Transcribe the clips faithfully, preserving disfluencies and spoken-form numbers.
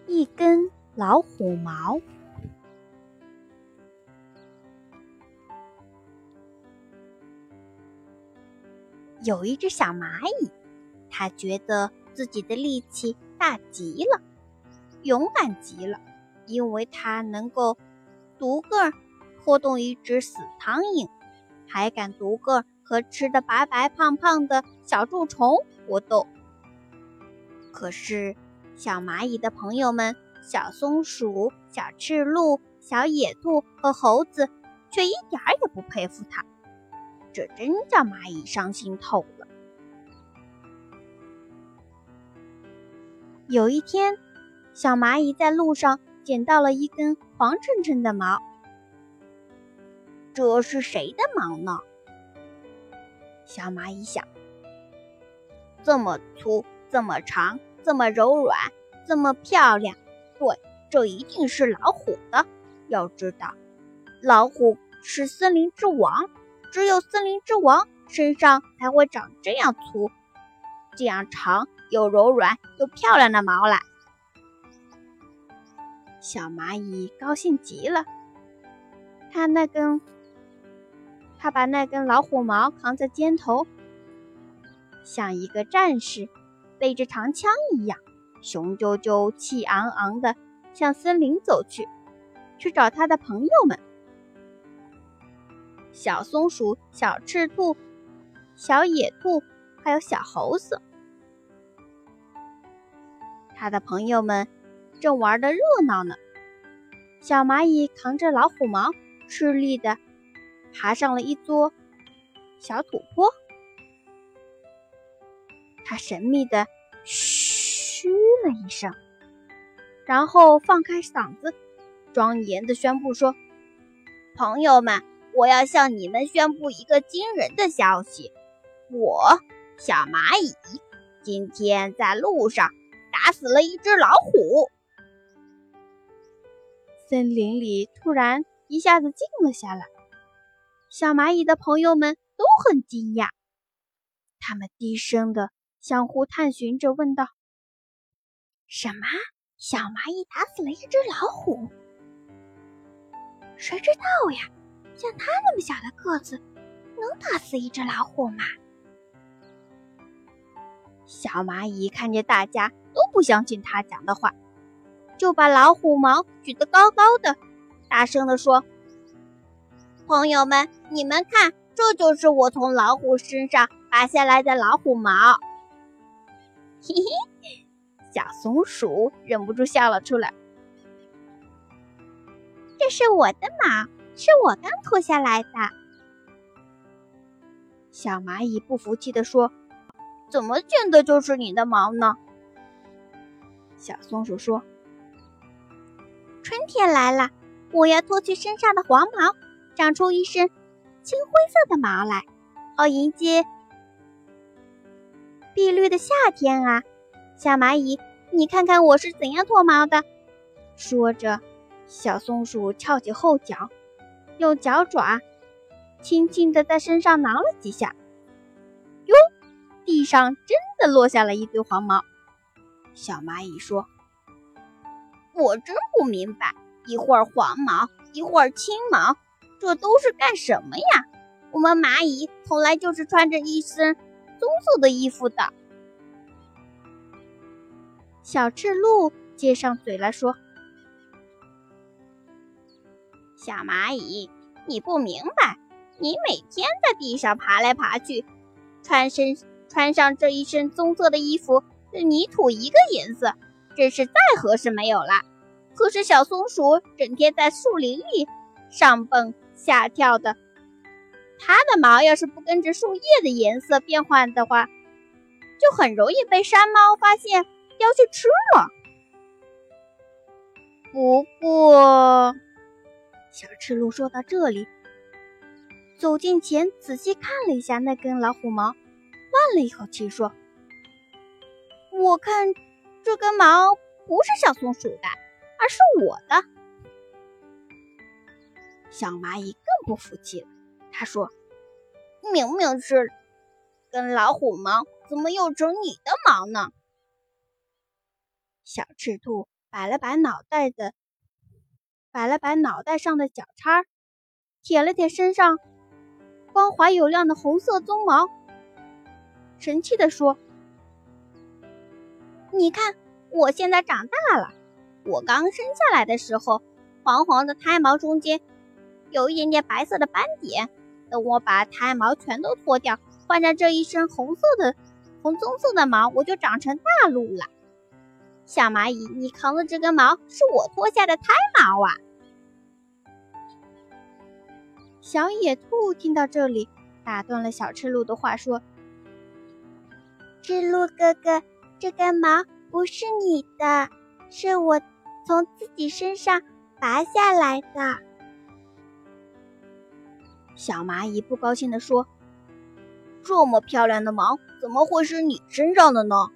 一根老虎毛。有一只小蚂蚁，它觉得自己的力气大极了，勇敢极了，因为它能够独个拖动一只死苍蝇，还敢独个和吃得白白胖胖的小蛀虫搏斗。可是小蚂蚁的朋友们，小松鼠、小赤鹿、小野兔和猴子却一点儿也不佩服它，这真叫蚂蚁伤心透了。有一天，小蚂蚁在路上捡到了一根黄澄澄的毛。这是谁的毛呢？小蚂蚁想，这么粗，这么长，这么柔软，这么漂亮，对，这一定是老虎的。要知道，老虎是森林之王，只有森林之王身上才会长这样粗、这样长、又柔软又漂亮的毛来。小蚂蚁高兴极了，它那根，它把那根老虎毛扛在肩头，像一个战士背着长枪一样，雄赳赳、气昂昂地向森林走去，去找他的朋友们。小松鼠、小赤兔、小野兔，还有小猴子。他的朋友们正玩得热闹呢。小蚂蚁扛着老虎毛，吃力地爬上了一座小土坡。他神秘地嘘了一声，然后放开嗓子，庄严地宣布说：朋友们，我要向你们宣布一个惊人的消息。我，小蚂蚁，今天在路上打死了一只老虎。森林里突然一下子静了下来，小蚂蚁的朋友们都很惊讶，他们低声地相互探寻着问道：什么？小蚂蚁打死了一只老虎？谁知道呀，像它那么小的个子，能打死一只老虎吗？小蚂蚁看见大家都不相信他讲的话，就把老虎毛举得高高的，大声地说：朋友们，你们看，这就是我从老虎身上拔下来的老虎毛。嘿嘿，小松鼠忍不住笑了出来。这是我的毛，是我刚脱下来的。小蚂蚁不服气地说：怎么见的就是你的毛呢？小松鼠说：春天来了，我要脱去身上的黄毛，长出一身青灰色的毛来，好迎接碧绿的夏天啊！小蚂蚁，你看看我是怎样脱毛的。说着，小松鼠翘起后脚，用脚爪轻轻地在身上挠了几下。哟，地上真的落下了一堆黄毛。小蚂蚁说：我真不明白，一会儿黄毛，一会儿青毛，这都是干什么呀？我们蚂蚁从来就是穿着一身棕色的衣服的。小赤鹿接上嘴来说：小蚂蚁，你不明白，你每天在地上爬来爬去，穿身穿上这一身棕色的衣服，泥土一个颜色，真是再合适没有了。可是小松鼠整天在树林里上蹦下跳的，它的毛要是不跟着树叶的颜色变换的话，就很容易被山猫发现要去吃了。不过，小赤鹿说到这里，走近前仔细看了一下那根老虎毛，叹了一口气说：我看这根毛不是小松鼠的，而是我的。小蚂蚁更不服气了，他说：明明是根老虎毛，怎么又成你的毛呢？小赤兔摆了摆脑袋的，摆了摆脑袋上的角叉，舔了舔身上光滑有亮的红色鬃毛，神气地说：“你看，我现在长大了。我刚生下来的时候，黄黄的胎毛中间有一点点白色的斑点。等我把胎毛全都脱掉，换上这一身红色的、红棕色的毛，我就长成大鹿了。小蚂蚁，你扛的这根毛是我脱下的胎毛啊！”小野兔听到这里，打断了小赤鹿的话，说：“赤鹿哥哥，这根毛不是你的，是我从自己身上拔下来的。”小蚂蚁不高兴地说：“这么漂亮的毛，怎么会是你身上的呢？”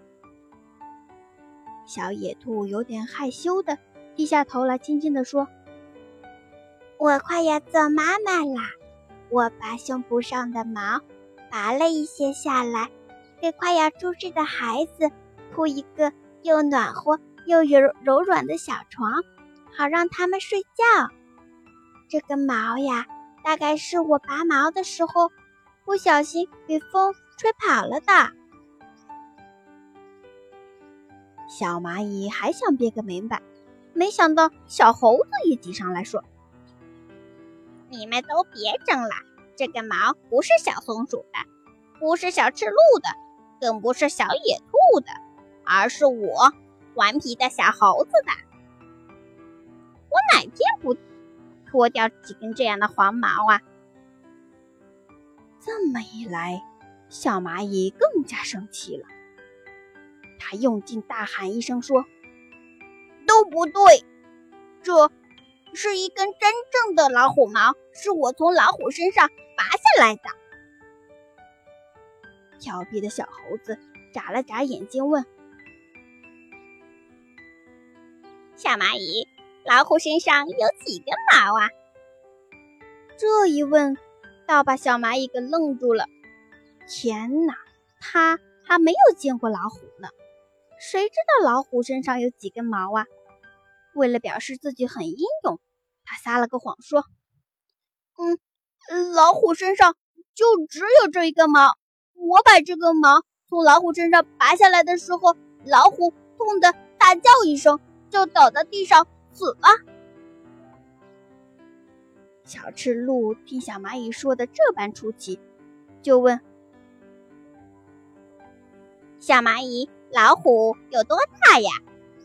小野兔有点害羞的低下头来，轻轻地说：“我快要做妈妈啦，我把胸部上的毛拔了一些下来，给快要出世的孩子铺一个又暖和又柔柔软的小床，好让他们睡觉。这个毛呀，大概是我拔毛的时候不小心被风吹跑了的。”小蚂蚁还想辩个明白，没想到小猴子也挤上来说：“你们都别争了，这个毛不是小松鼠的，不是小赤鹿的，更不是小野兔的，而是我顽皮的小猴子的。我哪天不脱掉几根这样的黄毛啊？”这么一来，小蚂蚁更加生气了。他用劲大喊一声说：“都不对，这是一根真正的老虎毛，是我从老虎身上拔下来的。”调皮的小猴子眨了眨眼睛问：“小蚂蚁，老虎身上有几根毛啊？”这一问倒把小蚂蚁给愣住了。天哪，他还没有见过老虎呢，谁知道老虎身上有几根毛啊？为了表示自己很英勇，他撒了个谎说：“嗯，老虎身上就只有这一根毛。我把这根毛从老虎身上拔下来的时候，老虎痛得大叫一声，就倒在地上死了。”小赤鹿听小蚂蚁说的这般出奇，就问：“小蚂蚁，老虎有多大呀？”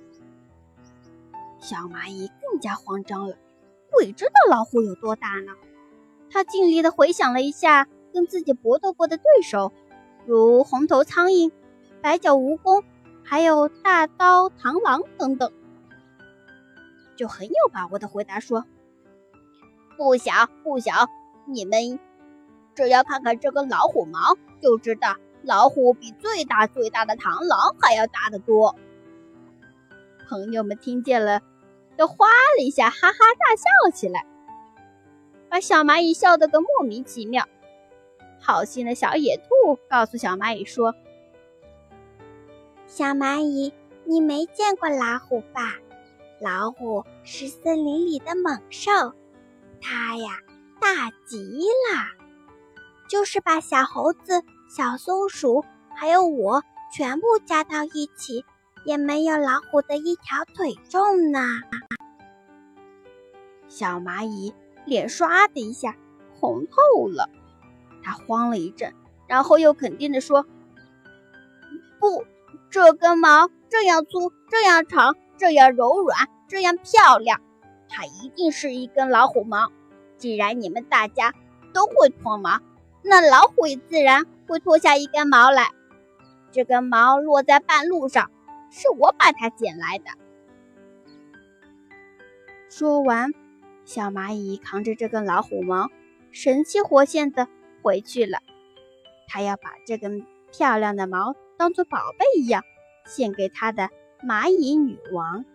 小蚂蚁更加慌张了，鬼知道老虎有多大呢？他尽力地回想了一下跟自己搏斗过的对手，如红头苍蝇、白脚蜈蚣，还有大刀螳螂等等，就很有把握地回答说：“不小不小，你们只要看看这根老虎毛，就知道老虎比最大最大的螳螂还要大得多。”朋友们听见了，都哗了一下，哈哈大笑起来，把小蚂蚁笑得个莫名其妙。好心的小野兔告诉小蚂蚁说：“小蚂蚁，你没见过老虎吧？老虎是森林里的猛兽，它呀大极了，就是把小猴子、小松鼠还有我全部加到一起，也没有老虎的一条腿重呢。”小蚂蚁脸刷的一下红透了，他慌了一阵，然后又肯定地说：“不，这根毛这样粗，这样长，这样柔软，这样漂亮，它一定是一根老虎毛。既然你们大家都会脱毛，那老虎也自然会脱下一根毛来。这根毛落在半路上，是我把它捡来的。”说完，小蚂蚁扛着这根老虎毛，神气活现的回去了。它要把这根漂亮的毛当作宝贝一样献给它的蚂蚁女王。